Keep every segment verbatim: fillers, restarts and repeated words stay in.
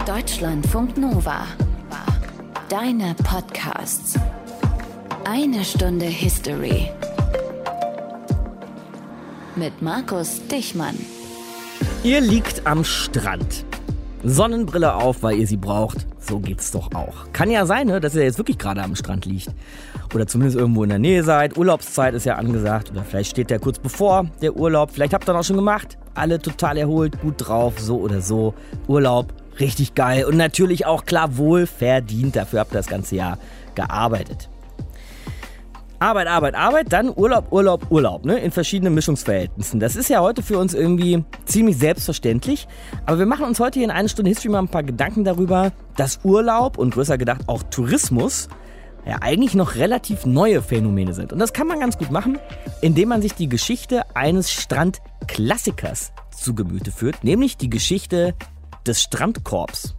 Deutschlandfunk Nova. Deine Podcasts. Eine Stunde History. Mit Markus Dichmann. Ihr liegt am Strand. Sonnenbrille auf, weil ihr sie braucht. So geht's doch auch. Kann ja sein, ne, dass ihr jetzt wirklich gerade am Strand liegt. Oder zumindest irgendwo in der Nähe seid. Urlaubszeit ist ja angesagt. Oder vielleicht steht der kurz bevor, der Urlaub. Vielleicht habt ihr auch schon gemacht. Alle total erholt, gut drauf, so oder so. Urlaub, richtig geil. Und natürlich auch klar wohl verdient. Dafür habt ihr das ganze Jahr gearbeitet. Arbeit, Arbeit, Arbeit, dann Urlaub, Urlaub, Urlaub, ne? In verschiedenen Mischungsverhältnissen. Das ist ja heute für uns irgendwie ziemlich selbstverständlich. Aber wir machen uns heute hier in einer Stunde History mal ein paar Gedanken darüber, dass Urlaub und größer gedacht auch Tourismus ja eigentlich noch relativ neue Phänomene sind. Und das kann man ganz gut machen, indem man sich die Geschichte eines Strandklassikers zu Gemüte führt, nämlich die Geschichte des Strandkorbs.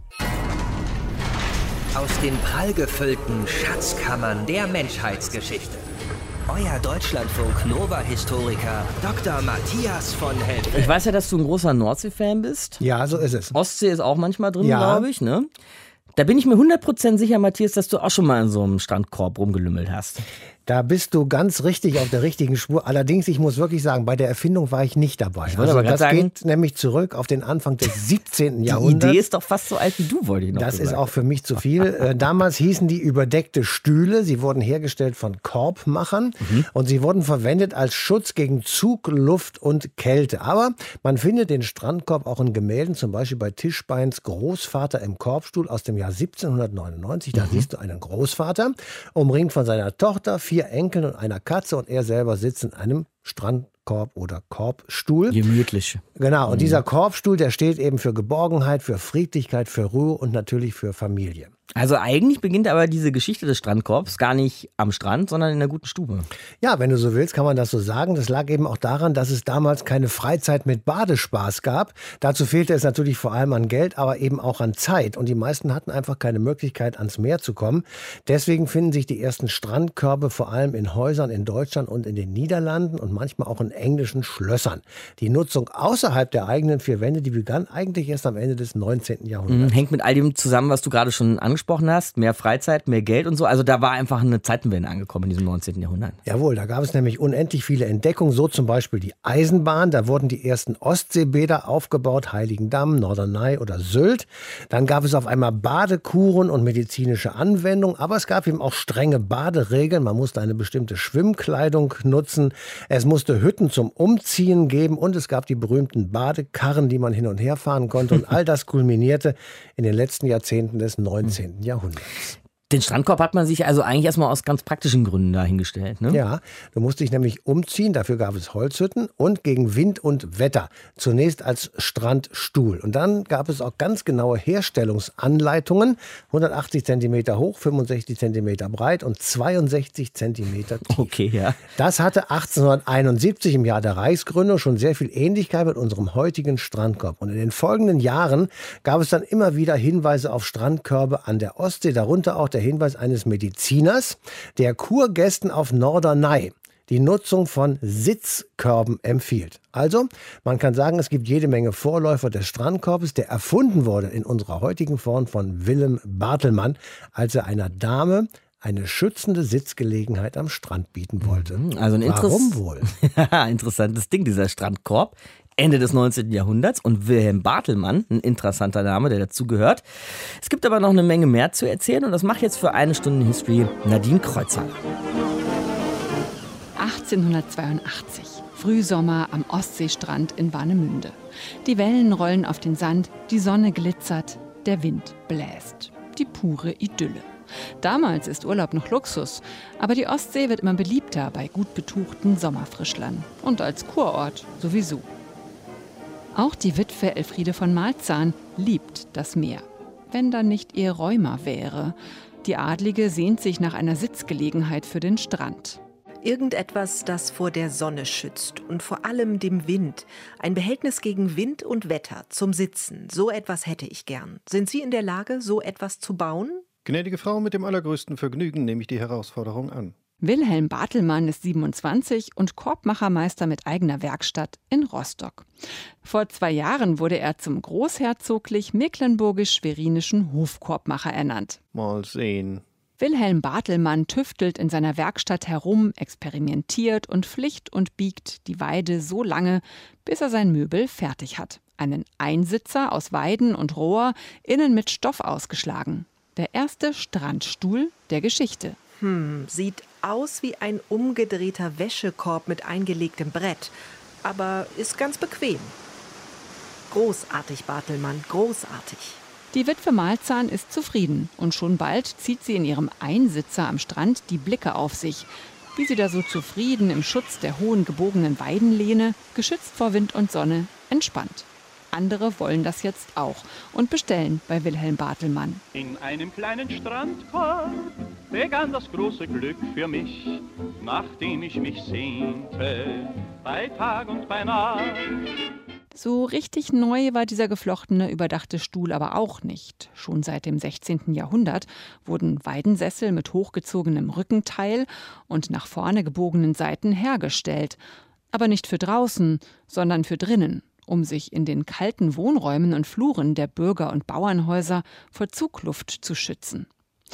Aus den prallgefüllten Schatzkammern der Menschheitsgeschichte. Euer Deutschlandfunk Nova-Historiker Doktor Matthias von Helfeld. Ich weiß ja, dass du ein großer Nordsee-Fan bist. Ja, so ist es. Ostsee ist auch manchmal drin, Ja. glaube ich, ne? Da bin ich mir hundert Prozent sicher, Matthias, dass du auch schon mal in so einem Strandkorb rumgelümmelt hast. Da bist du ganz richtig auf der richtigen Spur. Allerdings, ich muss wirklich sagen, bei der Erfindung war ich nicht dabei. Ich wollte aber das grad sagen, geht nämlich zurück auf den Anfang des siebzehnten Die Jahrhunderts. Idee ist doch fast so alt wie du, wollte ich noch Das gesagt. ist auch für mich zu viel. Äh, Damals hießen die überdeckte Stühle. Sie wurden hergestellt von Korbmachern Mhm. und sie wurden verwendet als Schutz gegen Zug, Luft und Kälte. Aber man findet den Strandkorb auch in Gemälden, zum Beispiel bei Tischbeins Großvater im Korbstuhl aus dem Jahr siebzehnhundertneunundneunzig. Da Mhm. siehst du einen Großvater, umringt von seiner Tochter, vier Enkeln und einer Katze, und er selber sitzt in einem Strandkorb oder Korbstuhl. Gemütlich. Genau, und Mhm. dieser Korbstuhl, der steht eben für Geborgenheit, für Friedlichkeit, für Ruhe und natürlich für Familie. Also eigentlich beginnt aber diese Geschichte des Strandkorbs gar nicht am Strand, sondern in der guten Stube. Ja, wenn du so willst, kann man das so sagen. Das lag eben auch daran, dass es damals keine Freizeit mit Badespaß gab. Dazu fehlte es natürlich vor allem an Geld, aber eben auch an Zeit. Und die meisten hatten einfach keine Möglichkeit, ans Meer zu kommen. Deswegen finden sich die ersten Strandkörbe vor allem in Häusern in Deutschland und in den Niederlanden und manchmal auch in englischen Schlössern. Die Nutzung außerhalb der eigenen vier Wände, die begann eigentlich erst am Ende des neunzehnten Jahrhunderts. Mhm, hängt mit all dem zusammen, was du gerade schon angesprochen hast. Mehr Freizeit, mehr Geld und so. Also da war einfach eine Zeitenwende angekommen in diesem neunzehnten Jahrhundert. Jawohl, da gab es nämlich unendlich viele Entdeckungen, so zum Beispiel die Eisenbahn. Da wurden die ersten Ostseebäder aufgebaut, Heiligendamm, Norderney oder Sylt. Dann gab es auf einmal Badekuren und medizinische Anwendungen, aber es gab eben auch strenge Baderegeln. Man musste eine bestimmte Schwimmkleidung nutzen. Es musste Hütten zum Umziehen geben und es gab die berühmten Badekarren, die man hin und her fahren konnte. Und all das kulminierte in den letzten Jahrzehnten des neunzehnten Jahrhunderts. Den Strandkorb hat man sich also eigentlich erstmal aus ganz praktischen Gründen dahingestellt, ne? Ja, du musst dich nämlich umziehen, dafür gab es Holzhütten und gegen Wind und Wetter. Zunächst als Strandstuhl. Und dann gab es auch ganz genaue Herstellungsanleitungen. hundertachtzig Zentimeter hoch, fünfundsechzig Zentimeter breit und zweiundsechzig Zentimeter tief. Okay, ja. Das hatte achtzehnhunderteinundsiebzig im Jahr der Reichsgründung schon sehr viel Ähnlichkeit mit unserem heutigen Strandkorb. Und in den folgenden Jahren gab es dann immer wieder Hinweise auf Strandkörbe an der Ostsee, darunter auch der Hinweis eines Mediziners, der Kurgästen auf Norderney die Nutzung von Sitzkörben empfiehlt. Also, man kann sagen, es gibt jede Menge Vorläufer des Strandkorbes, der erfunden wurde in unserer heutigen Form von Willem Bartelmann, als er einer Dame eine schützende Sitzgelegenheit am Strand bieten wollte. Also ein Interess- Warum wohl? interessantes Ding, dieser Strandkorb. Ende des neunzehnten Jahrhunderts und Wilhelm Bartelmann, ein interessanter Name, der dazu gehört. Es gibt aber noch eine Menge mehr zu erzählen und das macht jetzt für eine Stunde History Nadine Kreuzer. achtzehnhundertzweiundachtzig. Frühsommer am Ostseestrand in Warnemünde. Die Wellen rollen auf den Sand, die Sonne glitzert, der Wind bläst. Die pure Idylle. Damals ist Urlaub noch Luxus, aber die Ostsee wird immer beliebter bei gut betuchten Sommerfrischlern und als Kurort sowieso. Auch die Witwe Elfriede von Malzahn liebt das Meer, wenn da nicht ihr Rheuma wäre. Die Adlige sehnt sich nach einer Sitzgelegenheit für den Strand. Irgendetwas, das vor der Sonne schützt und vor allem dem Wind. Ein Behältnis gegen Wind und Wetter zum Sitzen. So etwas hätte ich gern. Sind Sie in der Lage, so etwas zu bauen? Gnädige Frau, mit dem allergrößten Vergnügen nehme ich die Herausforderung an. Wilhelm Bartelmann ist siebenundzwanzig und Korbmachermeister mit eigener Werkstatt in Rostock. Vor zwei Jahren wurde er zum großherzoglich mecklenburgisch-schwerinischen Hofkorbmacher ernannt. Mal sehen. Wilhelm Bartelmann tüftelt in seiner Werkstatt herum, experimentiert und flicht und biegt die Weide so lange, bis er sein Möbel fertig hat. Einen Einsitzer aus Weiden und Rohr, innen mit Stoff ausgeschlagen. Der erste Strandstuhl der Geschichte. Hm, sieht aus wie ein umgedrehter Wäschekorb mit eingelegtem Brett, aber ist ganz bequem. Großartig, Bartelmann, großartig. Die Witwe Malzahn ist zufrieden und schon bald zieht sie in ihrem Einsitzer am Strand die Blicke auf sich, wie sie da so zufrieden im Schutz der hohen gebogenen Weidenlehne, geschützt vor Wind und Sonne, entspannt. Andere wollen das jetzt auch und bestellen bei Wilhelm Bartelmann. In einem kleinen Strandkorb begann das große Glück für mich, nachdem ich mich sehnte, bei Tag und bei Nacht. So richtig neu war dieser geflochtene, überdachte Stuhl aber auch nicht. Schon seit dem sechzehnten Jahrhundert wurden Weidensessel mit hochgezogenem Rückenteil und nach vorne gebogenen Seiten hergestellt. Aber nicht für draußen, sondern für drinnen, um sich in den kalten Wohnräumen und Fluren der Bürger- und Bauernhäuser vor Zugluft zu schützen.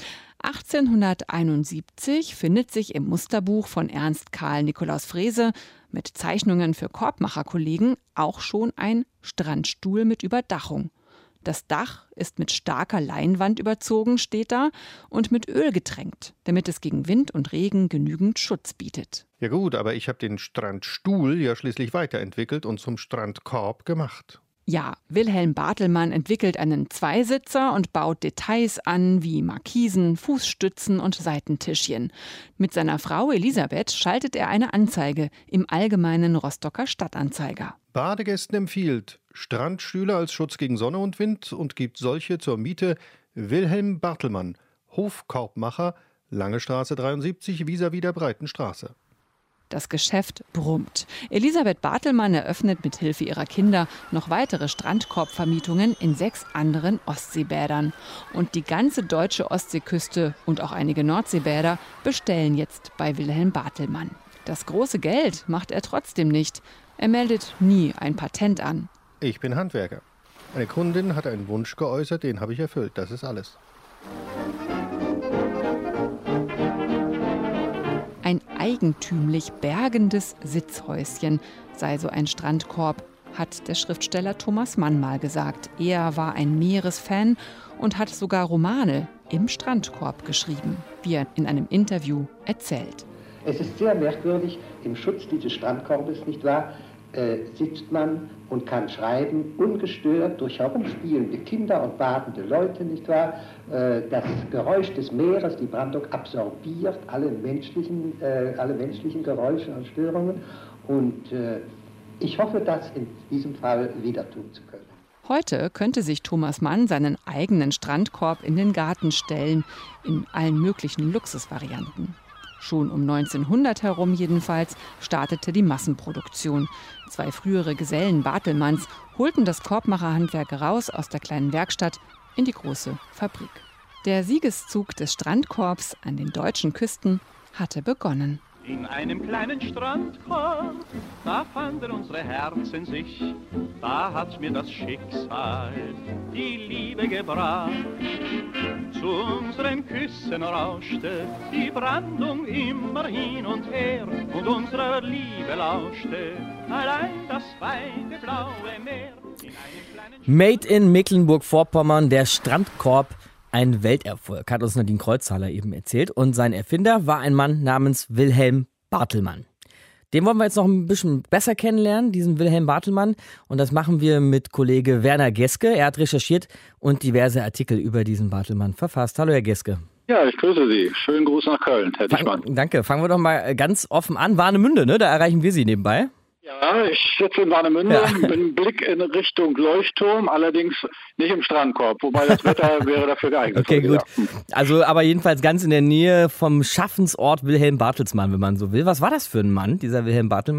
achtzehnhunderteinundsiebzig findet sich im Musterbuch von Ernst Karl Nikolaus Frese mit Zeichnungen für Korbmacherkollegen auch schon ein Strandstuhl mit Überdachung. Das Dach ist mit starker Leinwand überzogen, steht da, und mit Öl getränkt, damit es gegen Wind und Regen genügend Schutz bietet. Ja gut, aber ich habe den Strandstuhl ja schließlich weiterentwickelt und zum Strandkorb gemacht. Ja, Wilhelm Bartelmann entwickelt einen Zweisitzer und baut Details an wie Markisen, Fußstützen und Seitentischchen. Mit seiner Frau Elisabeth schaltet er eine Anzeige im allgemeinen Rostocker Stadtanzeiger. Badegästen empfiehlt Strandstühle als Schutz gegen Sonne und Wind und gibt solche zur Miete. Wilhelm Bartelmann, Hofkorbmacher, Lange Straße dreiundsiebzig, vis-à-vis der Breiten Straße. Das Geschäft brummt. Elisabeth Bartelmann eröffnet mit Hilfe ihrer Kinder noch weitere Strandkorbvermietungen in sechs anderen Ostseebädern. Und die ganze deutsche Ostseeküste und auch einige Nordseebäder bestellen jetzt bei Wilhelm Bartelmann. Das große Geld macht er trotzdem nicht. Er meldet nie ein Patent an. Ich bin Handwerker. Eine Kundin hat einen Wunsch geäußert, den habe ich erfüllt. Das ist alles. Ein eigentümlich bergendes Sitzhäuschen sei so ein Strandkorb, hat der Schriftsteller Thomas Mann mal gesagt. Er war ein Meeresfan und hat sogar Romane im Strandkorb geschrieben, wie er in einem Interview erzählt. Es ist sehr merkwürdig, im Schutz dieses Strandkorbes, nicht wahr, äh, sitzt man und kann schreiben, ungestört durch herumspielende Kinder und badende Leute, nicht wahr? Äh, das Geräusch des Meeres, die Brandung absorbiert alle menschlichen, äh, alle menschlichen Geräusche und Störungen und äh, ich hoffe, das in diesem Fall wieder tun zu können. Heute könnte sich Thomas Mann seinen eigenen Strandkorb in den Garten stellen, in allen möglichen Luxusvarianten. Schon um neunzehnhundert herum jedenfalls startete die Massenproduktion. Zwei frühere Gesellen Bartelmanns holten das Korbmacherhandwerk raus aus der kleinen Werkstatt in die große Fabrik. Der Siegeszug des Strandkorbs an den deutschen Küsten hatte begonnen. In einem kleinen Strandkorb, da fanden unsere Herzen sich, da hat mir das Schicksal die Liebe gebracht. Zu unseren Küssen rauschte die Brandung immer hin und her und unserer Liebe lauschte allein das weite blaue Meer. Made in Mecklenburg-Vorpommern, der Strandkorb. Ein Welterfolg, hat uns Nadine Kreuzhaler eben erzählt. Und sein Erfinder war ein Mann namens Wilhelm Bartelmann. Den wollen wir jetzt noch ein bisschen besser kennenlernen, diesen Wilhelm Bartelmann. Und das machen wir mit Kollege Werner Geske. Er hat recherchiert und diverse Artikel über diesen Bartelmann verfasst. Hallo, Herr Geske. Ja, ich grüße Sie. Schönen Gruß nach Köln, Herr Dichmann. Danke. Fangen wir doch mal ganz offen an. Warnemünde, ne? Da erreichen wir Sie nebenbei. Ja, ich sitze in Warnemünde Ja. mit einem Blick in Richtung Leuchtturm, allerdings nicht im Strandkorb, wobei das Wetter wäre dafür geeignet. Okay, heute, gut. ja. Also aber jedenfalls ganz in der Nähe vom Schaffensort Wilhelm Bartelsmann, wenn man so will. Was war das für ein Mann, dieser Wilhelm Bartelmann?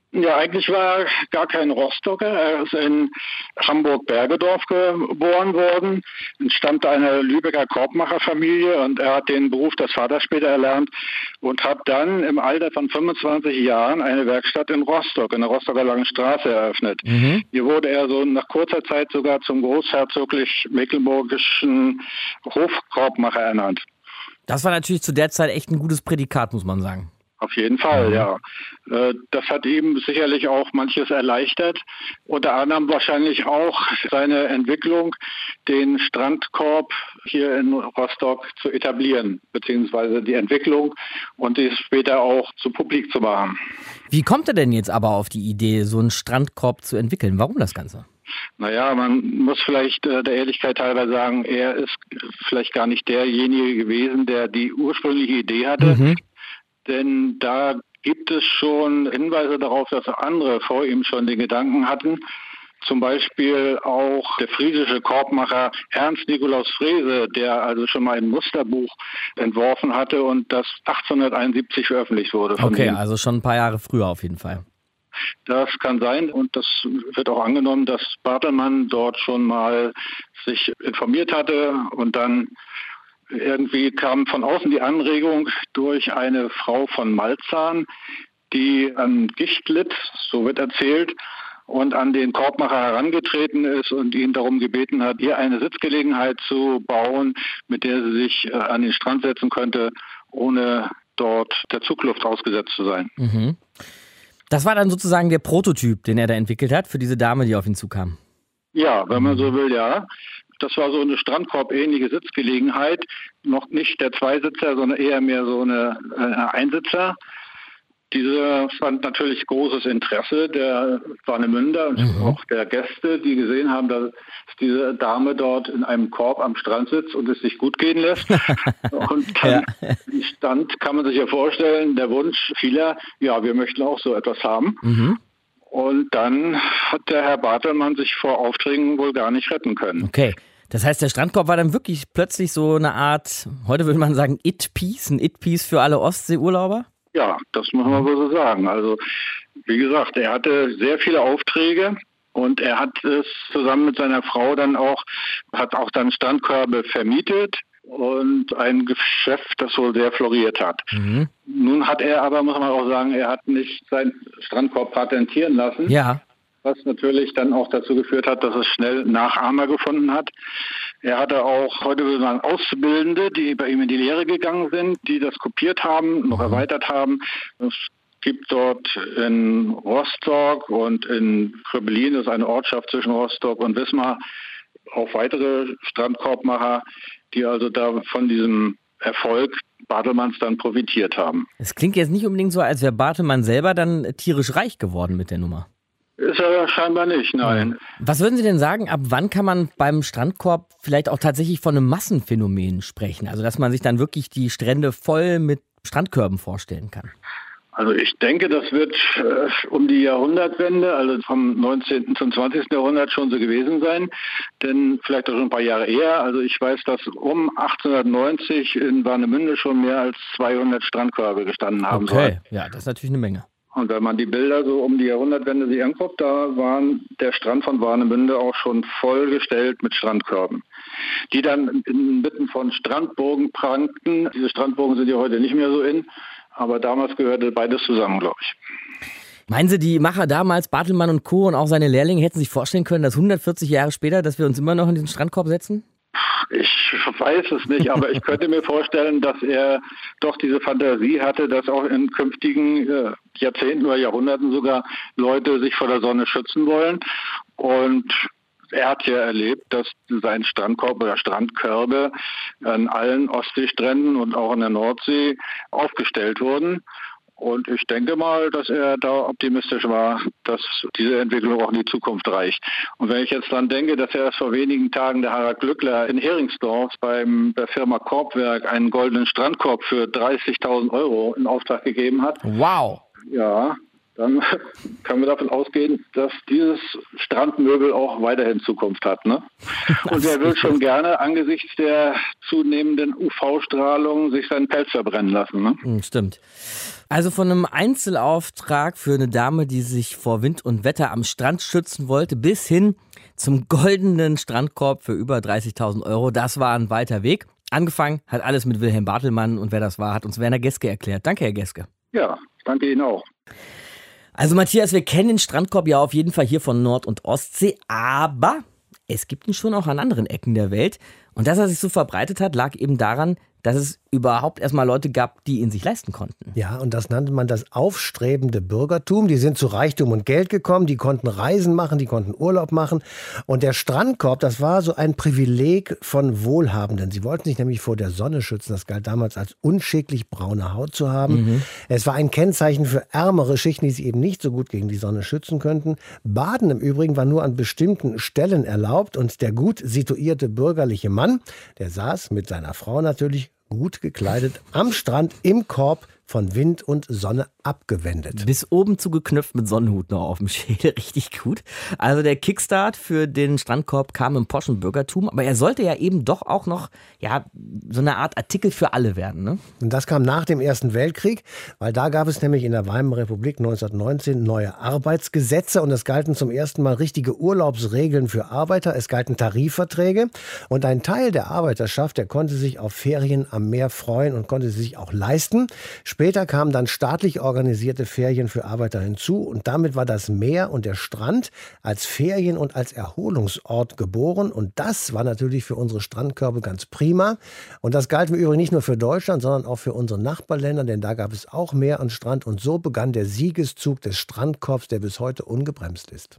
Ja, eigentlich war er gar kein Rostocker. Er ist in Hamburg-Bergedorf geboren worden, entstammte einer Lübecker Korbmacherfamilie und er hat den Beruf des Vaters später erlernt und hat dann im Alter von fünfundzwanzig Jahren eine Werkstatt in Rostock, in der Rostocker Langen Straße eröffnet. Mhm. Hier wurde er so nach kurzer Zeit sogar zum großherzoglich mecklenburgischen Hofkorbmacher ernannt. Das war natürlich zu der Zeit echt ein gutes Prädikat, muss man sagen. Auf jeden Fall, ja. Das hat ihm sicherlich auch manches erleichtert. Unter anderem wahrscheinlich auch seine Entwicklung, den Strandkorb hier in Rostock zu etablieren, beziehungsweise die Entwicklung und dies später auch zu publik zu machen. Wie kommt er denn jetzt aber auf die Idee, so einen Strandkorb zu entwickeln? Warum das Ganze? Naja, man muss vielleicht äh, der Ehrlichkeit halber sagen, er ist vielleicht gar nicht derjenige gewesen, der die ursprüngliche Idee hatte. Mhm. Denn da gibt es schon Hinweise darauf, dass andere vor ihm schon den Gedanken hatten. Zum Beispiel auch der friesische Korbmacher Ernst Nikolaus Frese, der also schon mal ein Musterbuch entworfen hatte und das achtzehnhunderteinundsiebzig veröffentlicht wurde. Von okay, ihm. Also schon ein paar Jahre früher auf jeden Fall. Das kann sein und das wird auch angenommen, dass Bartelmann dort schon mal sich informiert hatte und dann irgendwie kam von außen die Anregung durch eine Frau von Malzahn, die an Gicht litt, so wird erzählt, und an den Korbmacher herangetreten ist und ihn darum gebeten hat, ihr eine Sitzgelegenheit zu bauen, mit der sie sich an den Strand setzen könnte, ohne dort der Zugluft ausgesetzt zu sein. Mhm. Das war dann sozusagen der Prototyp, den er da entwickelt hat für diese Dame, die auf ihn zukam. Ja, wenn man so will, ja. Das war so eine Strandkorb-ähnliche Sitzgelegenheit. Noch nicht der Zweisitzer, sondern eher mehr so eine äh, Einsitzer. Diese fand natürlich großes Interesse der Warnemünder und mhm. auch der Gäste, die gesehen haben, dass diese Dame dort in einem Korb am Strand sitzt und es sich gut gehen lässt. Und dann ja. stand, kann man sich ja vorstellen, der Wunsch vieler, ja, wir möchten auch so etwas haben. Mhm. Und dann hat der Herr Bartelmann sich vor Aufträgen wohl gar nicht retten können. Okay. Das heißt, der Strandkorb war dann wirklich plötzlich so eine Art, heute würde man sagen, It-Piece, ein It-Piece für alle Ostseeurlauber? Ja, das muss man wohl so sagen. Also, wie gesagt, er hatte sehr viele Aufträge und er hat es zusammen mit seiner Frau dann auch, hat auch dann Strandkörbe vermietet und ein Geschäft, das wohl sehr floriert hat. Mhm. Nun hat er aber, muss man auch sagen, er hat nicht seinen Strandkorb patentieren lassen. Ja. Was natürlich dann auch dazu geführt hat, dass es schnell Nachahmer gefunden hat. Er hatte auch, heute würde man sagen, Auszubildende, die bei ihm in die Lehre gegangen sind, die das kopiert haben, noch erweitert haben. Es gibt dort in Rostock und in Kröbelin, das ist eine Ortschaft zwischen Rostock und Wismar, auch weitere Strandkorbmacher, die also da von diesem Erfolg Bartelmanns dann profitiert haben. Es klingt jetzt nicht unbedingt so, als wäre Bartelmann selber dann tierisch reich geworden mit der Nummer. Ist er scheinbar nicht, nein. Was würden Sie denn sagen, ab wann kann man beim Strandkorb vielleicht auch tatsächlich von einem Massenphänomen sprechen? Also dass man sich dann wirklich die Strände voll mit Strandkörben vorstellen kann? Also ich denke, das wird äh, um die Jahrhundertwende, also vom neunzehnten zum zwanzigsten Jahrhundert schon so gewesen sein. Denn vielleicht auch schon ein paar Jahre eher. Also ich weiß, dass um achtzehnhundertneunzig in Warnemünde schon mehr als zweihundert Strandkörbe gestanden haben okay. sollen. Ja, das ist natürlich eine Menge. Und wenn man die Bilder so um die Jahrhundertwende sich anguckt, da waren der Strand von Warnemünde auch schon vollgestellt mit Strandkörben, die dann inmitten von Strandburgen prangten. Diese Strandburgen sind ja heute nicht mehr so in, aber damals gehörte beides zusammen, glaube ich. Meinen Sie, die Macher damals, Bartelmann und Co. und auch seine Lehrlinge hätten sich vorstellen können, dass hundertvierzig Jahre später, dass wir uns immer noch in diesen Strandkorb setzen? Ich weiß es nicht, aber ich könnte mir vorstellen, dass er doch diese Fantasie hatte, dass auch in künftigen äh, Jahrzehnten oder Jahrhunderten sogar Leute sich vor der Sonne schützen wollen. Und er hat ja erlebt, dass sein Strandkorb oder Strandkörbe an allen Ostseestränden und auch in der Nordsee aufgestellt wurden. Und ich denke mal, dass er da optimistisch war, dass diese Entwicklung auch in die Zukunft reicht. Und wenn ich jetzt dran denke, dass er erst vor wenigen Tagen der Harald Glückler in Heringsdorf beim der Firma Korbwerk einen goldenen Strandkorb für dreißigtausend Euro in Auftrag gegeben hat. Wow! Ja, dann können wir davon ausgehen, dass dieses Strandmöbel auch weiterhin Zukunft hat. Ne? Und wer will schon gerne angesichts der zunehmenden U V-Strahlung sich seinen Pelz verbrennen lassen. Ne? Stimmt. Also von einem Einzelauftrag für eine Dame, die sich vor Wind und Wetter am Strand schützen wollte, bis hin zum goldenen Strandkorb für über dreißigtausend Euro. Das war ein weiter Weg. Angefangen hat alles mit Wilhelm Bartelmann und wer das war, hat uns Werner Geske erklärt. Danke, Herr Geske. Ja, danke Ihnen auch. Also Matthias, wir kennen den Strandkorb ja auf jeden Fall hier von Nord- und Ostsee, aber es gibt ihn schon auch an anderen Ecken der Welt. Und dass er sich so verbreitet hat, lag eben daran, dass es überhaupt erstmal Leute gab, die ihn sich leisten konnten. Ja, und das nannte man das aufstrebende Bürgertum. Die sind zu Reichtum und Geld gekommen, die konnten Reisen machen, die konnten Urlaub machen. Und der Strandkorb, das war so ein Privileg von Wohlhabenden. Sie wollten sich nämlich vor der Sonne schützen. Das galt damals als unschicklich, braune Haut zu haben. Mhm. Es war ein Kennzeichen für ärmere Schichten, die sich eben nicht so gut gegen die Sonne schützen könnten. Baden im Übrigen war nur an bestimmten Stellen erlaubt. Und der gut situierte bürgerliche Mann, der saß mit seiner Frau natürlich gut gekleidet am Strand im Korb, von Wind und Sonne abgewendet. Bis oben zugeknöpft mit Sonnenhut noch auf dem Schädel, richtig gut. Also der Kickstart für den Strandkorb kam im poschen Bürgertum, aber er sollte ja eben doch auch noch ja, so eine Art Artikel für alle werden. Ne? Und das kam nach dem Ersten Weltkrieg, weil da gab es nämlich in der Weimarer Republik neunzehnhundertneunzehn neue Arbeitsgesetze und es galten zum ersten Mal richtige Urlaubsregeln für Arbeiter, es galten Tarifverträge und ein Teil der Arbeiterschaft, der konnte sich auf Ferien am Meer freuen und konnte sie sich auch leisten. Später kamen dann staatlich organisierte Ferien für Arbeiter hinzu und damit war das Meer und der Strand als Ferien- und als Erholungsort geboren und das war natürlich für unsere Strandkörbe ganz prima und das galt im Übrigen nicht nur für Deutschland, sondern auch für unsere Nachbarländer, denn da gab es auch Meer und Strand und so begann der Siegeszug des Strandkorbs, der bis heute ungebremst ist.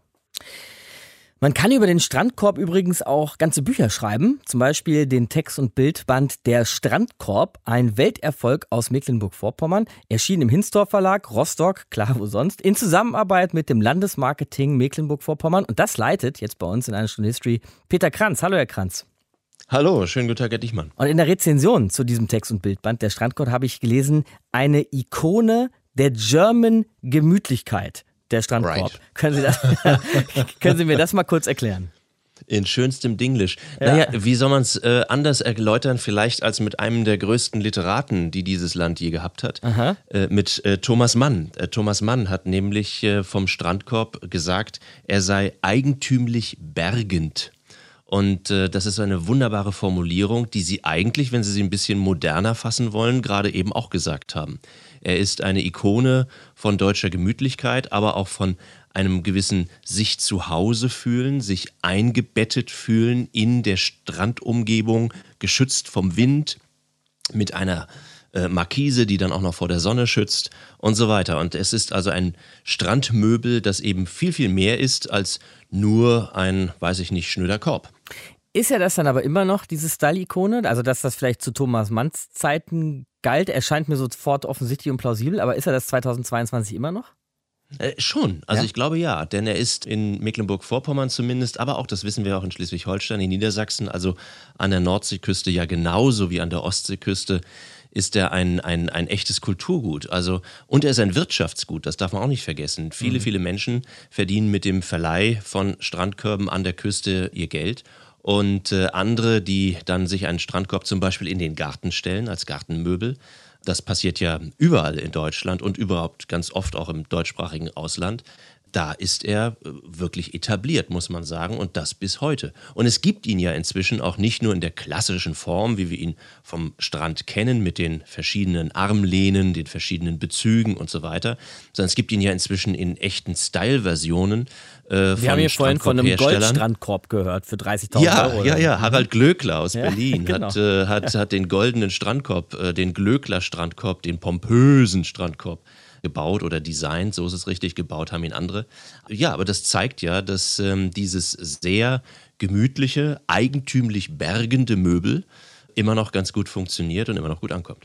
Man kann über den Strandkorb übrigens auch ganze Bücher schreiben, zum Beispiel den Text- und Bildband Der Strandkorb, ein Welterfolg aus Mecklenburg-Vorpommern, erschien im Hinsdorf Verlag, Rostock, klar wo sonst, in Zusammenarbeit mit dem Landesmarketing Mecklenburg-Vorpommern und das leitet jetzt bei uns in einer Stunde History Peter Kranz. Hallo Herr Kranz. Hallo, schönen guten Tag, Herr Dichmann. Und in der Rezension zu diesem Text- und Bildband Der Strandkorb habe ich gelesen, eine Ikone der German Gemütlichkeit. Der Strandkorb. Right. Können Sie das, können Sie mir das mal kurz erklären? In schönstem Dinglish. Ja. Naja, wie soll man es äh, anders erläutern, vielleicht als mit einem der größten Literaten, die dieses Land je gehabt hat, äh, mit äh, Thomas Mann. Äh, Thomas Mann hat nämlich äh, vom Strandkorb gesagt, er sei eigentümlich bergend. Und äh, das ist eine wunderbare Formulierung, die Sie eigentlich, wenn Sie sie ein bisschen moderner fassen wollen, gerade eben auch gesagt haben. Er ist eine Ikone von deutscher Gemütlichkeit, aber auch von einem gewissen sich zu Hause fühlen, sich eingebettet fühlen in der Strandumgebung, geschützt vom Wind, mit einer äh, Markise, die dann auch noch vor der Sonne schützt und so weiter. Und es ist also ein Strandmöbel, das eben viel, viel mehr ist als nur ein, weiß ich nicht, schnöder Korb. Ist ja das dann aber immer noch diese Style-Ikone? Also, dass das vielleicht zu Thomas Manns Zeiten galt, erscheint mir sofort offensichtlich und plausibel, aber ist er das zweitausendzweiundzwanzig immer noch? Äh, schon, also ja? ich glaube ja, denn er ist in Mecklenburg-Vorpommern zumindest, aber auch, das wissen wir auch in Schleswig-Holstein, in Niedersachsen, also an der Nordseeküste ja genauso wie an der Ostseeküste, ist er ein, ein, ein echtes Kulturgut. Also, und er ist ein Wirtschaftsgut, das darf man auch nicht vergessen. Viele, mhm. viele Menschen verdienen mit dem Verleih von Strandkörben an der Küste ihr Geld. Und äh, andere, die dann sich einen Strandkorb zum Beispiel in den Garten stellen, als Gartenmöbel. Das passiert ja überall in Deutschland und überhaupt ganz oft auch im deutschsprachigen Ausland. Da ist er wirklich etabliert, muss man sagen, und das bis heute. Und es gibt ihn ja inzwischen auch nicht nur in der klassischen Form, wie wir ihn vom Strand kennen, mit den verschiedenen Armlehnen, den verschiedenen Bezügen und so weiter, sondern es gibt ihn ja inzwischen in echten Style-Versionen. Äh, wir haben hier vorhin von einem Goldstrandkorb gehört für dreißigtausend ja, Euro. Ja, ja, Harald Glöckler aus ja, Berlin genau. hat, äh, hat, hat den goldenen Strandkorb, äh, den Glöckler-Strandkorb, den pompösen Strandkorb gebaut oder designt, so ist es richtig, gebaut haben ihn andere. Ja, aber das zeigt ja, dass ähm, dieses sehr gemütliche, eigentümlich bergende Möbel immer noch ganz gut funktioniert und immer noch gut ankommt.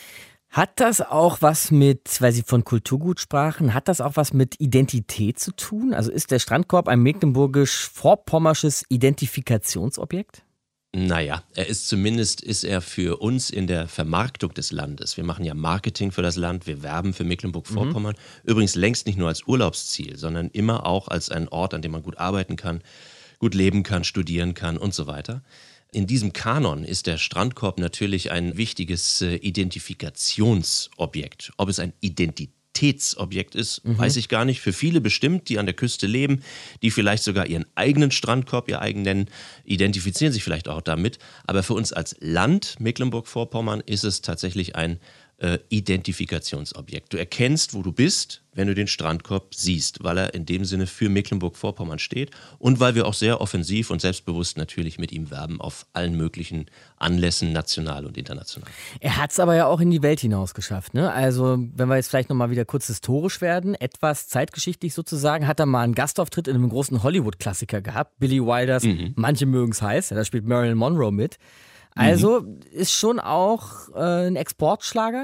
Hat das auch was mit, weil Sie von Kulturgut sprachen, hat das auch was mit Identität zu tun? Also ist der Strandkorb ein mecklenburgisch-vorpommersches Identifikationsobjekt? Naja, er ist zumindest ist er für uns in der Vermarktung des Landes. Wir machen ja Marketing für das Land, wir werben für Mecklenburg-Vorpommern. Mhm. Übrigens längst nicht nur als Urlaubsziel, sondern immer auch als ein Ort, an dem man gut arbeiten kann, gut leben kann, studieren kann und so weiter. In diesem Kanon ist der Strandkorb natürlich ein wichtiges äh, Identifikationsobjekt. Ob es ein Identitätsobjekt ist, mhm. weiß ich gar nicht. Für viele bestimmt, die an der Küste leben, die vielleicht sogar ihren eigenen Strandkorb ihr eigen nennen, identifizieren sich vielleicht auch damit. Aber für uns als Land Mecklenburg-Vorpommern ist es tatsächlich ein äh, Identifikationsobjekt. Du erkennst, wo du bist, wenn du den Strandkorb siehst, weil er in dem Sinne für Mecklenburg-Vorpommern steht und weil wir auch sehr offensiv und selbstbewusst natürlich mit ihm werben auf allen möglichen Anlässen, national und international. Er hat es aber ja auch in die Welt hinaus geschafft, ne? Also wenn wir jetzt vielleicht nochmal wieder kurz historisch werden, etwas zeitgeschichtlich sozusagen, hat er mal einen Gastauftritt in einem großen Hollywood-Klassiker gehabt, Billy Wilders, mhm. Manche mögen es heiß, ja, da spielt Marilyn Monroe mit. Also mhm. ist schon auch äh, ein Exportschlager?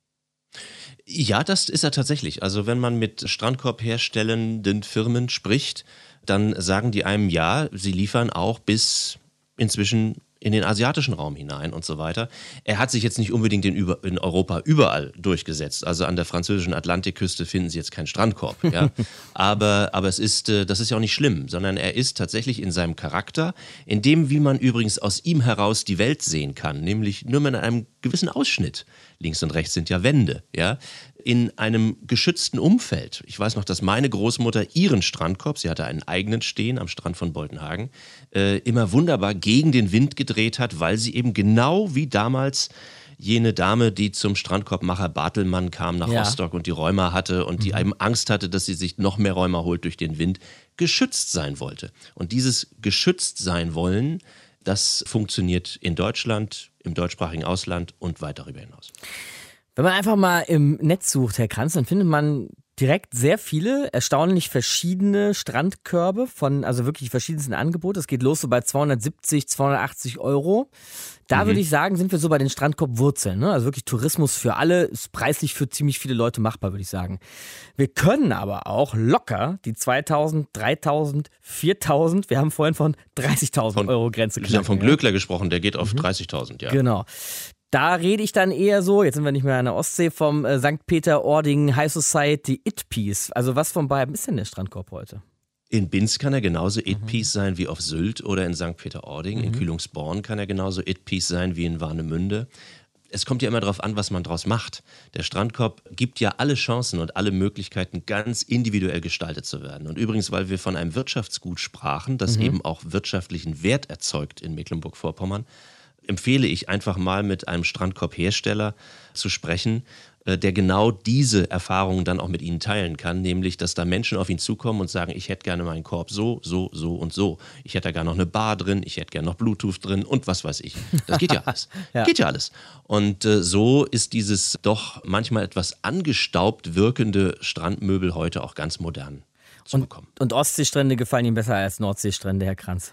Ja, das ist er tatsächlich. Also wenn man mit Strandkorb-herstellenden Firmen spricht, dann sagen die einem ja, sie liefern auch bis inzwischen in den asiatischen Raum hinein und so weiter. Er hat sich jetzt nicht unbedingt in, über, in Europa überall durchgesetzt. Also an der französischen Atlantikküste finden Sie jetzt keinen Strandkorb. Ja? aber, aber es ist, das ist ja auch nicht schlimm, sondern er ist tatsächlich in seinem Charakter, in dem, wie man übrigens aus ihm heraus die Welt sehen kann, nämlich nur mit einem gewissen Ausschnitt. Links und rechts sind ja Wände, ja, in einem geschützten Umfeld. Ich weiß noch, dass meine Großmutter ihren Strandkorb, sie hatte einen eigenen stehen am Strand von Boltenhagen, äh, immer wunderbar gegen den Wind gedreht hat, weil sie eben genau wie damals jene Dame, die zum Strandkorbmacher Bartelmann kam nach ja. Rostock und die Rheuma hatte und die mhm. eben Angst hatte, dass sie sich noch mehr Rheuma holt durch den Wind, geschützt sein wollte. Und dieses geschützt sein wollen, das funktioniert in Deutschland, im deutschsprachigen Ausland und weit darüber hinaus. Wenn man einfach mal im Netz sucht, Herr Kranz, dann findet man direkt sehr viele, erstaunlich verschiedene Strandkörbe von, also wirklich verschiedensten Angeboten. Es geht los so bei zweihundertsiebzig, zweihundertachtzig Euro. Da mhm. würde ich sagen, sind wir so bei den Strandkorbwurzeln. Ne? Also wirklich Tourismus für alle, ist preislich für ziemlich viele Leute machbar, würde ich sagen. Wir können aber auch locker die zweitausend, dreitausend, viertausend, wir haben vorhin von dreißigtausend Euro Grenze knacken. Wir haben von Glöckler gesprochen, der geht auf mhm. dreißigtausend, ja. Genau. Da rede ich dann eher so, jetzt sind wir nicht mehr an der Ostsee, vom äh, Sankt Peter-Ording High Society It-Piece. Also was von beiden ist denn der Strandkorb heute? In Binz kann er genauso It-Piece mhm. sein wie auf Sylt oder in Sankt Peter-Ording. Mhm. In Kühlungsborn kann er genauso It-Piece sein wie in Warnemünde. Es kommt ja immer darauf an, was man draus macht. Der Strandkorb gibt ja alle Chancen und alle Möglichkeiten, ganz individuell gestaltet zu werden. Und übrigens, weil wir von einem Wirtschaftsgut sprachen, das mhm. eben auch wirtschaftlichen Wert erzeugt in Mecklenburg-Vorpommern, empfehle ich einfach mal mit einem Strandkorbhersteller zu sprechen, der genau diese Erfahrungen dann auch mit Ihnen teilen kann, nämlich, dass da Menschen auf ihn zukommen und sagen, ich hätte gerne meinen Korb so, so, so und so. Ich hätte da gerne noch eine Bar drin, ich hätte gerne noch Bluetooth drin und was weiß ich. Das geht ja alles. ja. Geht ja alles. Und äh, so ist dieses doch manchmal etwas angestaubt wirkende Strandmöbel heute auch ganz modern zu und, bekommen. Und Ostseestrände gefallen Ihnen besser als Nordseestrände, Herr Kranz?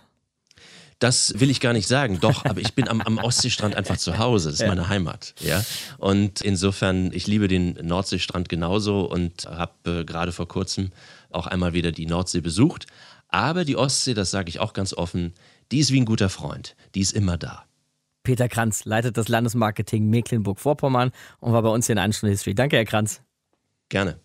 Das will ich gar nicht sagen, doch, aber ich bin am, am Ostseestrand einfach zu Hause, das ist ja. meine Heimat. Ja? Und insofern, ich liebe den Nordseestrand genauso und habe äh, gerade vor kurzem auch einmal wieder die Nordsee besucht. Aber die Ostsee, das sage ich auch ganz offen, die ist wie ein guter Freund, die ist immer da. Peter Kranz leitet das Landesmarketing Mecklenburg-Vorpommern und war bei uns hier in einer Stunde History. Danke, Herr Kranz. Gerne.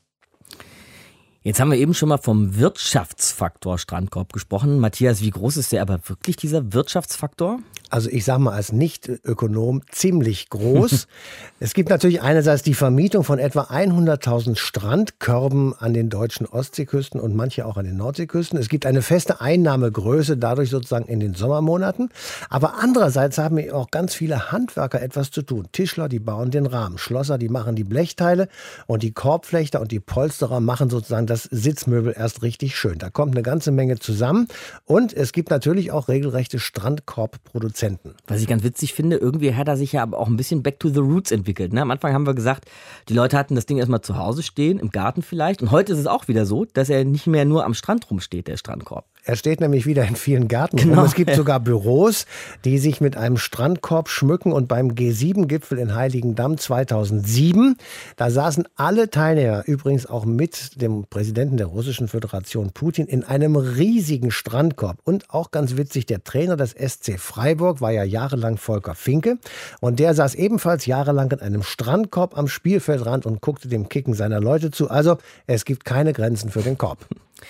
Jetzt haben wir eben schon mal vom Wirtschaftsfaktor Strandkorb gesprochen. Matthias, wie groß ist der aber wirklich, dieser Wirtschaftsfaktor? Also ich sage mal als Nicht-Ökonom ziemlich groß. Es gibt natürlich einerseits die Vermietung von etwa hunderttausend Strandkörben an den deutschen Ostseeküsten und manche auch an den Nordseeküsten. Es gibt eine feste Einnahmegröße dadurch sozusagen in den Sommermonaten. Aber andererseits haben auch ganz viele Handwerker etwas zu tun. Tischler, die bauen den Rahmen. Schlosser, die machen die Blechteile. Und die Korbflechter und die Polsterer machen sozusagen das Sitzmöbel erst richtig schön. Da kommt eine ganze Menge zusammen. Und es gibt natürlich auch regelrechte Strandkorbproduzenten. Was ich ganz witzig finde, irgendwie hat er sich ja aber auch ein bisschen back to the roots entwickelt. Ne? Am Anfang haben wir gesagt, die Leute hatten das Ding erstmal zu Hause stehen, im Garten vielleicht. Und heute ist es auch wieder so, dass er nicht mehr nur am Strand rumsteht, der Strandkorb. Er steht nämlich wieder in vielen Gärten rum. Genau. Es gibt sogar Büros, die sich mit einem Strandkorb schmücken. Und beim G sieben Gipfel in Heiligendamm zweitausendsieben, da saßen alle Teilnehmer, übrigens auch mit dem Präsidenten der Russischen Föderation Putin, in einem riesigen Strandkorb. Und auch ganz witzig, der Trainer des S C Freiburg war ja jahrelang Volker Finke. Und der saß ebenfalls jahrelang in einem Strandkorb am Spielfeldrand und guckte dem Kicken seiner Leute zu. Also es gibt keine Grenzen für den Korb.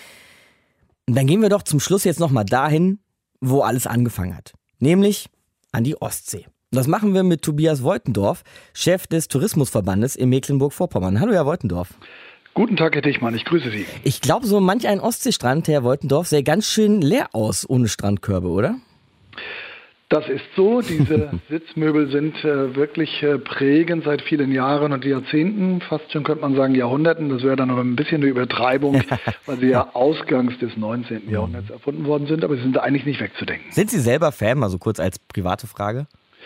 Dann gehen wir doch zum Schluss jetzt nochmal dahin, wo alles angefangen hat. Nämlich an die Ostsee. Und das machen wir mit Tobias Woitendorf, Chef des Tourismusverbandes in Mecklenburg-Vorpommern. Hallo, Herr Woitendorf. Guten Tag, Herr Dichmann, ich grüße Sie. Ich glaube, so manch ein Ostseestrand, Herr Woitendorf, sähe ganz schön leer aus ohne Strandkörbe, oder? Das ist so. Diese Sitzmöbel sind äh, wirklich äh, prägend seit vielen Jahren und Jahrzehnten, fast schon könnte man sagen Jahrhunderten. Das wäre dann aber ein bisschen eine Übertreibung, weil sie ja ausgangs des neunzehnten Jahrhunderts erfunden worden sind, aber sie sind eigentlich nicht wegzudenken. Sind Sie selber Fan, mal so kurz als private Frage?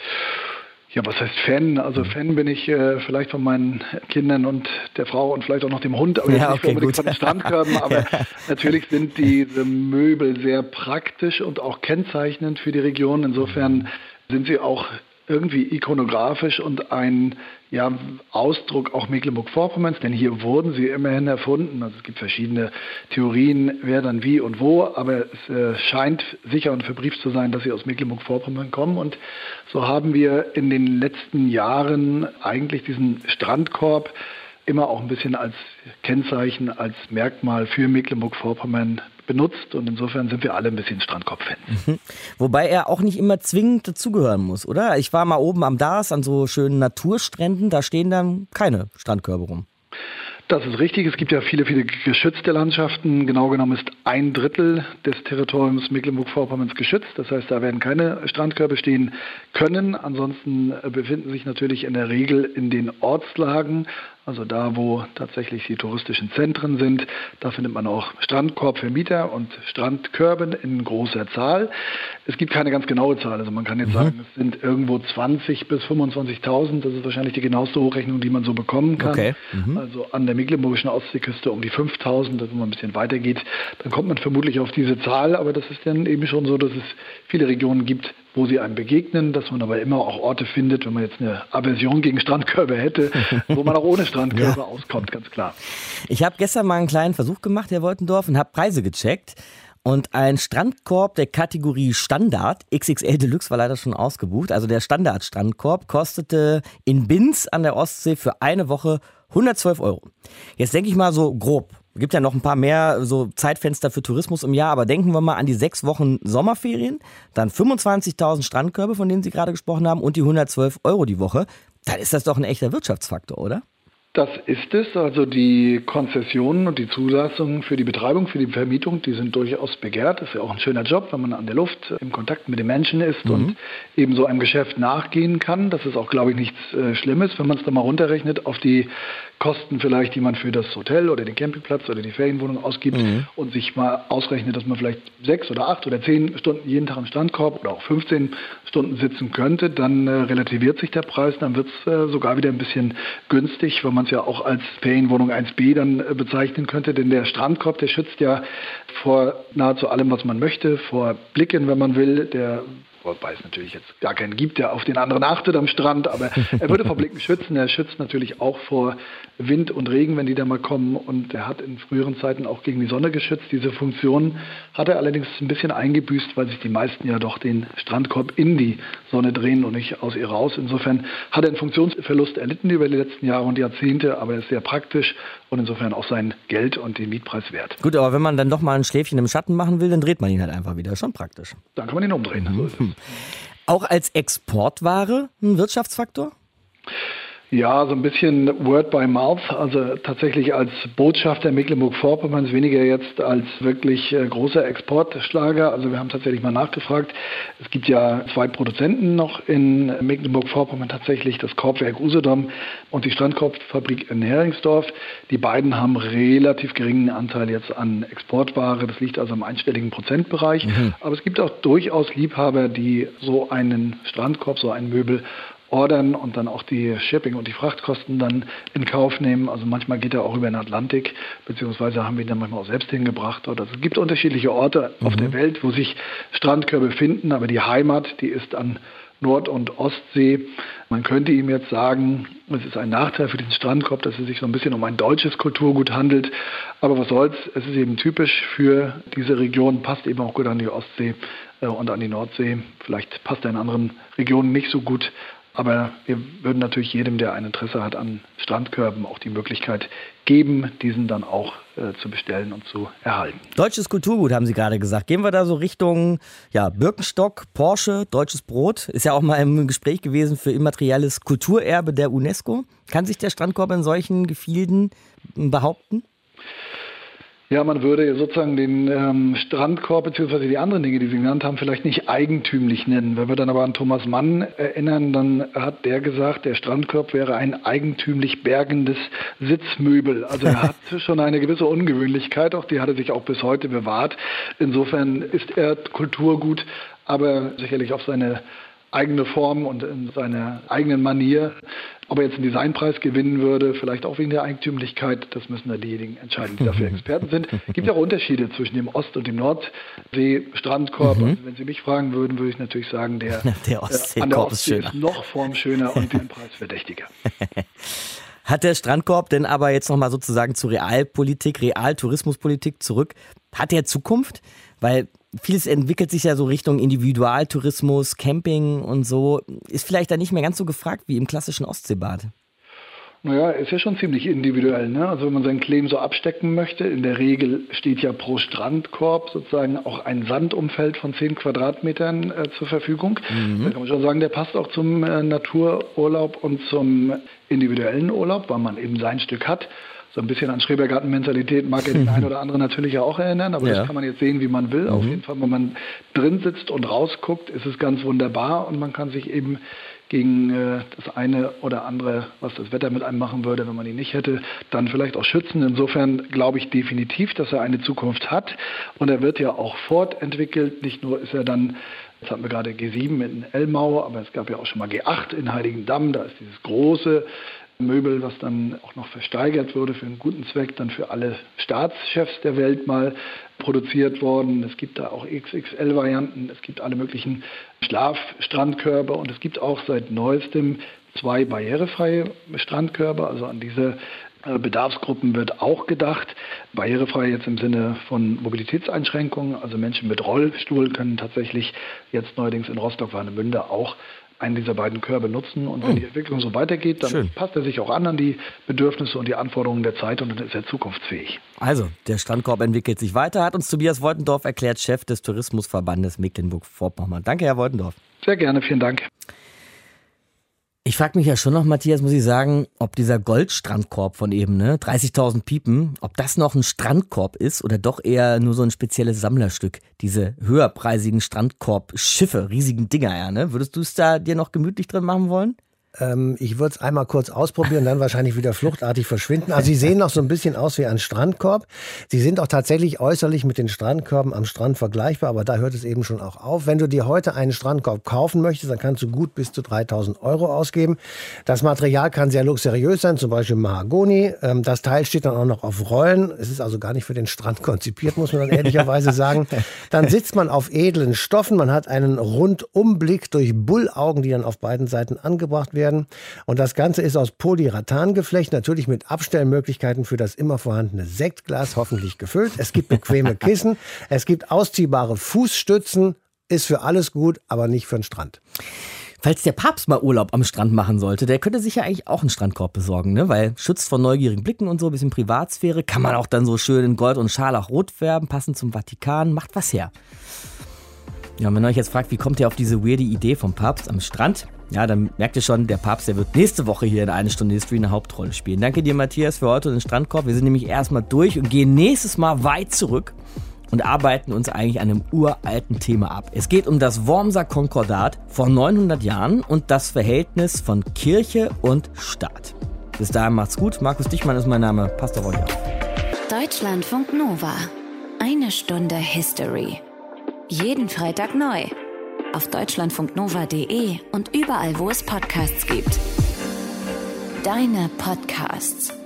Ja, was heißt Fan? Also Fan bin ich äh, vielleicht von meinen Kindern und der Frau und vielleicht auch noch dem Hund, aber jetzt ja, nicht okay, unbedingt gut. von den Strandkörben. Aber ja. Natürlich sind diese Möbel sehr praktisch und auch kennzeichnend für die Region. Insofern sind sie auch irgendwie ikonografisch und ein ja, Ausdruck auch Mecklenburg-Vorpommerns, denn hier wurden sie immerhin erfunden. Also es gibt verschiedene Theorien, wer dann wie und wo, aber es äh, scheint sicher und verbrieft zu sein, dass sie aus Mecklenburg-Vorpommern kommen. Und so haben wir in den letzten Jahren eigentlich diesen Strandkorb immer auch ein bisschen als Kennzeichen, als Merkmal für Mecklenburg-Vorpommern benutzt und insofern sind wir alle ein bisschen Strandkorb-Fans. Mhm. Wobei er auch nicht immer zwingend dazugehören muss, oder? Ich war mal oben am Dars an so schönen Naturstränden, da stehen dann keine Strandkörbe rum. Das ist richtig. Es gibt ja viele, viele geschützte Landschaften. Genau genommen ist ein Drittel des Territoriums Mecklenburg-Vorpommerns geschützt. Das heißt, da werden keine Strandkörbe stehen können. Ansonsten befinden sich natürlich in der Regel in den Ortslagen, also da, wo tatsächlich die touristischen Zentren sind. Da findet man auch Strandkorbvermieter und Strandkörbe in großer Zahl. Es gibt keine ganz genaue Zahl. Also man kann jetzt mhm. sagen, es sind irgendwo zwanzig bis fünfundzwanzigtausend. Das ist wahrscheinlich die genaueste Hochrechnung, die man so bekommen kann. Okay. Mhm. Also an der mecklenburgischen Ostseeküste um die fünftausend. Wenn man ein bisschen weitergeht, dann kommt man vermutlich auf diese Zahl. Aber das ist dann eben schon so, dass es viele Regionen gibt, wo sie einem begegnen, dass man aber immer auch Orte findet, wenn man jetzt eine Aversion gegen Strandkörbe hätte, wo man auch ohne Strandkörbe ja. auskommt, ganz klar. Ich habe gestern mal einen kleinen Versuch gemacht, Herr Woitendorf, und habe Preise gecheckt. Und ein Strandkorb der Kategorie Standard, X X L Deluxe war leider schon ausgebucht, also der Standard-Strandkorb kostete in Binz an der Ostsee für eine Woche hundertzwölf Euro. Jetzt denke ich mal so grob. Es gibt ja noch ein paar mehr so Zeitfenster für Tourismus im Jahr, aber denken wir mal an die sechs Wochen Sommerferien, dann fünfundzwanzigtausend Strandkörbe, von denen Sie gerade gesprochen haben, und die hundertzwölf Euro die Woche. Dann ist das doch ein echter Wirtschaftsfaktor, oder? Das ist es. Also die Konzessionen und die Zulassungen für die Betreibung, für die Vermietung, die sind durchaus begehrt. Das ist ja auch ein schöner Job, wenn man an der Luft im Kontakt mit den Menschen ist mhm. und eben so einem Geschäft nachgehen kann. Das ist auch, glaube ich, nichts äh, Schlimmes, wenn man es dann mal runterrechnet auf die Kosten vielleicht, die man für das Hotel oder den Campingplatz oder die Ferienwohnung ausgibt mhm. und sich mal ausrechnet, dass man vielleicht sechs oder acht oder zehn Stunden jeden Tag im Strandkorb oder auch fünfzehn Stunden sitzen könnte, dann äh, relativiert sich der Preis, dann wird es äh, sogar wieder ein bisschen günstig, wenn man es ja auch als Ferienwohnung eins B dann äh, bezeichnen könnte, denn der Strandkorb, der schützt ja vor nahezu allem, was man möchte, vor Blicken, wenn man will, der wobei es natürlich jetzt gar keinen gibt, der auf den anderen achtet am Strand, aber er würde vor Blicken schützen. Er schützt natürlich auch vor Wind und Regen, wenn die da mal kommen, und er hat in früheren Zeiten auch gegen die Sonne geschützt. Diese Funktion hat er allerdings ein bisschen eingebüßt, weil sich die meisten ja doch den Strandkorb in die Sonne drehen und nicht aus ihr raus. Insofern hat er einen Funktionsverlust erlitten über die letzten Jahre und Jahrzehnte, aber er ist sehr praktisch und insofern auch sein Geld und den Mietpreis wert. Gut, aber wenn man dann doch mal ein Schläfchen im Schatten machen will, dann dreht man ihn halt einfach wieder. Schon praktisch. Dann kann man ihn umdrehen. Mhm. So ist es. Auch als Exportware ein Wirtschaftsfaktor? Ja, so ein bisschen Word by Mouth, also tatsächlich als Botschafter Mecklenburg-Vorpommerns, weniger jetzt als wirklich äh, großer Exportschlager. Also wir haben tatsächlich mal nachgefragt. Es gibt ja zwei Produzenten noch in Mecklenburg-Vorpommern tatsächlich, das Korbwerk Usedom und die Strandkorbfabrik in Heringsdorf. Die beiden haben relativ geringen Anteil jetzt an Exportware. Das liegt also im einstelligen Prozentbereich. Mhm. Aber es gibt auch durchaus Liebhaber, die so einen Strandkorb, so ein Möbel ordern und dann auch die Shipping und die Frachtkosten dann in Kauf nehmen. Also manchmal geht er auch über den Atlantik, beziehungsweise haben wir ihn dann manchmal auch selbst hingebracht. Oder es gibt unterschiedliche Orte mhm. auf der Welt, wo sich Strandkörbe finden, aber die Heimat, die ist an Nord- und Ostsee. Man könnte ihm jetzt sagen, es ist ein Nachteil für den Strandkorb, dass es sich so ein bisschen um ein deutsches Kulturgut handelt. Aber was soll's, es ist eben typisch für diese Region, passt eben auch gut an die Ostsee äh, und an die Nordsee. Vielleicht passt er in anderen Regionen nicht so gut. Aber wir würden natürlich jedem, der ein Interesse hat an Strandkörben, auch die Möglichkeit geben, diesen dann auch äh, zu bestellen und zu erhalten. Deutsches Kulturgut, haben Sie gerade gesagt. Gehen wir da so Richtung ja, Birkenstock, Porsche, deutsches Brot? Ist ja auch mal im Gespräch gewesen für immaterielles Kulturerbe der UNESCO. Kann sich der Strandkorb in solchen Gefilden behaupten? Ja, man würde sozusagen den ähm, Strandkorb bzw. die anderen Dinge, die Sie genannt haben, vielleicht nicht eigentümlich nennen. Wenn wir dann aber an Thomas Mann erinnern, dann hat der gesagt, der Strandkorb wäre ein eigentümlich bergendes Sitzmöbel. Also er hat schon eine gewisse Ungewöhnlichkeit, auch die hat er sich auch bis heute bewahrt. Insofern ist er Kulturgut, aber sicherlich auf seine eigene Form und in seiner eigenen Manier. Ob er jetzt einen Designpreis gewinnen würde, vielleicht auch wegen der Eigentümlichkeit, das müssen da diejenigen entscheiden, die dafür Experten sind. Es gibt auch Unterschiede zwischen dem Ost- und dem Nordsee-Strandkorb. Mhm. Also wenn Sie mich fragen würden, würde ich natürlich sagen, der, der Ostseekorb äh, an der Ostsee ist, ist noch formschöner und den Preis verdächtiger. Hat der Strandkorb denn aber jetzt nochmal sozusagen zu Realpolitik, Realtourismuspolitik zurück, hat der Zukunft? Weil vieles entwickelt sich ja so Richtung Individualtourismus, Camping und so. Ist vielleicht da nicht mehr ganz so gefragt wie im klassischen Ostseebad? Naja, ist ja schon ziemlich individuell, ne? Also wenn man seinen Claim so abstecken möchte, in der Regel steht ja pro Strandkorb sozusagen auch ein Sandumfeld von zehn Quadratmetern äh, zur Verfügung. Mhm. Da kann man schon sagen, der passt auch zum äh, Natururlaub und zum individuellen Urlaub, weil man eben sein Stück hat. So ein bisschen an Schrebergarten-Mentalität mag er den einen oder anderen natürlich ja auch erinnern, aber ja. Das kann man jetzt sehen, wie man will. Mhm. Auf jeden Fall, wenn man drin sitzt und rausguckt, ist es ganz wunderbar und man kann sich eben gegen äh, das eine oder andere, was das Wetter mit einem machen würde, wenn man ihn nicht hätte, dann vielleicht auch schützen. Insofern glaube ich definitiv, dass er eine Zukunft hat und er wird ja auch fortentwickelt. Nicht nur ist er dann, jetzt hatten wir gerade G sieben in Elmau, aber es gab ja auch schon mal G acht in Heiligendamm, da ist dieses große Möbel, was dann auch noch versteigert wurde für einen guten Zweck, dann für alle Staatschefs der Welt mal produziert worden. Es gibt da auch X X L-Varianten, es gibt alle möglichen Schlafstrandkörbe und es gibt auch seit neuestem zwei barrierefreie Strandkörbe. Also an diese Bedarfsgruppen wird auch gedacht. Barrierefrei jetzt im Sinne von Mobilitätseinschränkungen, also Menschen mit Rollstuhl können tatsächlich jetzt neuerdings in Rostock-Warnemünde auch einen dieser beiden Körbe nutzen. Und wenn hm. die Entwicklung so weitergeht, dann Schön. passt er sich auch an an die Bedürfnisse und die Anforderungen der Zeit und dann ist er zukunftsfähig. Also, der Strandkorb entwickelt sich weiter, hat uns Tobias Woltendorf erklärt, Chef des Tourismusverbandes Mecklenburg-Vorpommern. Danke, Herr Woltendorf. Sehr gerne, vielen Dank. Ich frage mich ja schon noch, Matthias, muss ich sagen, ob dieser Goldstrandkorb von eben, ne, dreißigtausend Piepen, ob das noch ein Strandkorb ist oder doch eher nur so ein spezielles Sammlerstück. Diese höherpreisigen Strandkorb-Schiffe, riesigen Dinger, ja, ne? Würdest du es da dir noch gemütlich drin machen wollen? Ähm, ich würde es einmal kurz ausprobieren, dann wahrscheinlich wieder fluchtartig verschwinden. Also sie sehen noch so ein bisschen aus wie ein Strandkorb. Sie sind auch tatsächlich äußerlich mit den Strandkörben am Strand vergleichbar, aber da hört es eben schon auch auf. Wenn du dir heute einen Strandkorb kaufen möchtest, dann kannst du gut bis zu dreitausend Euro ausgeben. Das Material kann sehr luxuriös sein, zum Beispiel Mahagoni. Ähm, das Teil steht dann auch noch auf Rollen. Es ist also gar nicht für den Strand konzipiert, muss man dann ehrlicherweise sagen. Dann sitzt man auf edlen Stoffen. Man hat einen Rundumblick durch Bullaugen, die dann auf beiden Seiten angebracht werden. Und das Ganze ist aus Polyurethan-Geflecht, natürlich mit Abstellmöglichkeiten für das immer vorhandene Sektglas, hoffentlich gefüllt. Es gibt bequeme Kissen, es gibt ausziehbare Fußstützen, ist für alles gut, aber nicht für den Strand. Falls der Papst mal Urlaub am Strand machen sollte, der könnte sich ja eigentlich auch einen Strandkorb besorgen, ne? Weil schützt vor neugierigen Blicken und so, ein bisschen Privatsphäre, kann man auch dann so schön in Gold und Scharlachrot färben, passend zum Vatikan, macht was her. Ja, und wenn ihr euch jetzt fragt, wie kommt ihr auf diese weirde Idee vom Papst am Strand? Ja, dann merkt ihr schon, der Papst, der wird nächste Woche hier in eine Stunde History eine Hauptrolle spielen. Danke dir, Matthias, für heute und den Strandkorb. Wir sind nämlich erstmal durch und gehen nächstes Mal weit zurück und arbeiten uns eigentlich an einem uralten Thema ab. Es geht um das Wormser Konkordat vor neunhundert Jahren und das Verhältnis von Kirche und Staat. Bis dahin macht's gut. Markus Dichmann ist mein Name. Passt auf euch auf. Deutschlandfunk Nova. Eine Stunde History. Jeden Freitag neu. auf deutschlandfunknova punkt de und überall, wo es Podcasts gibt. Deine Podcasts.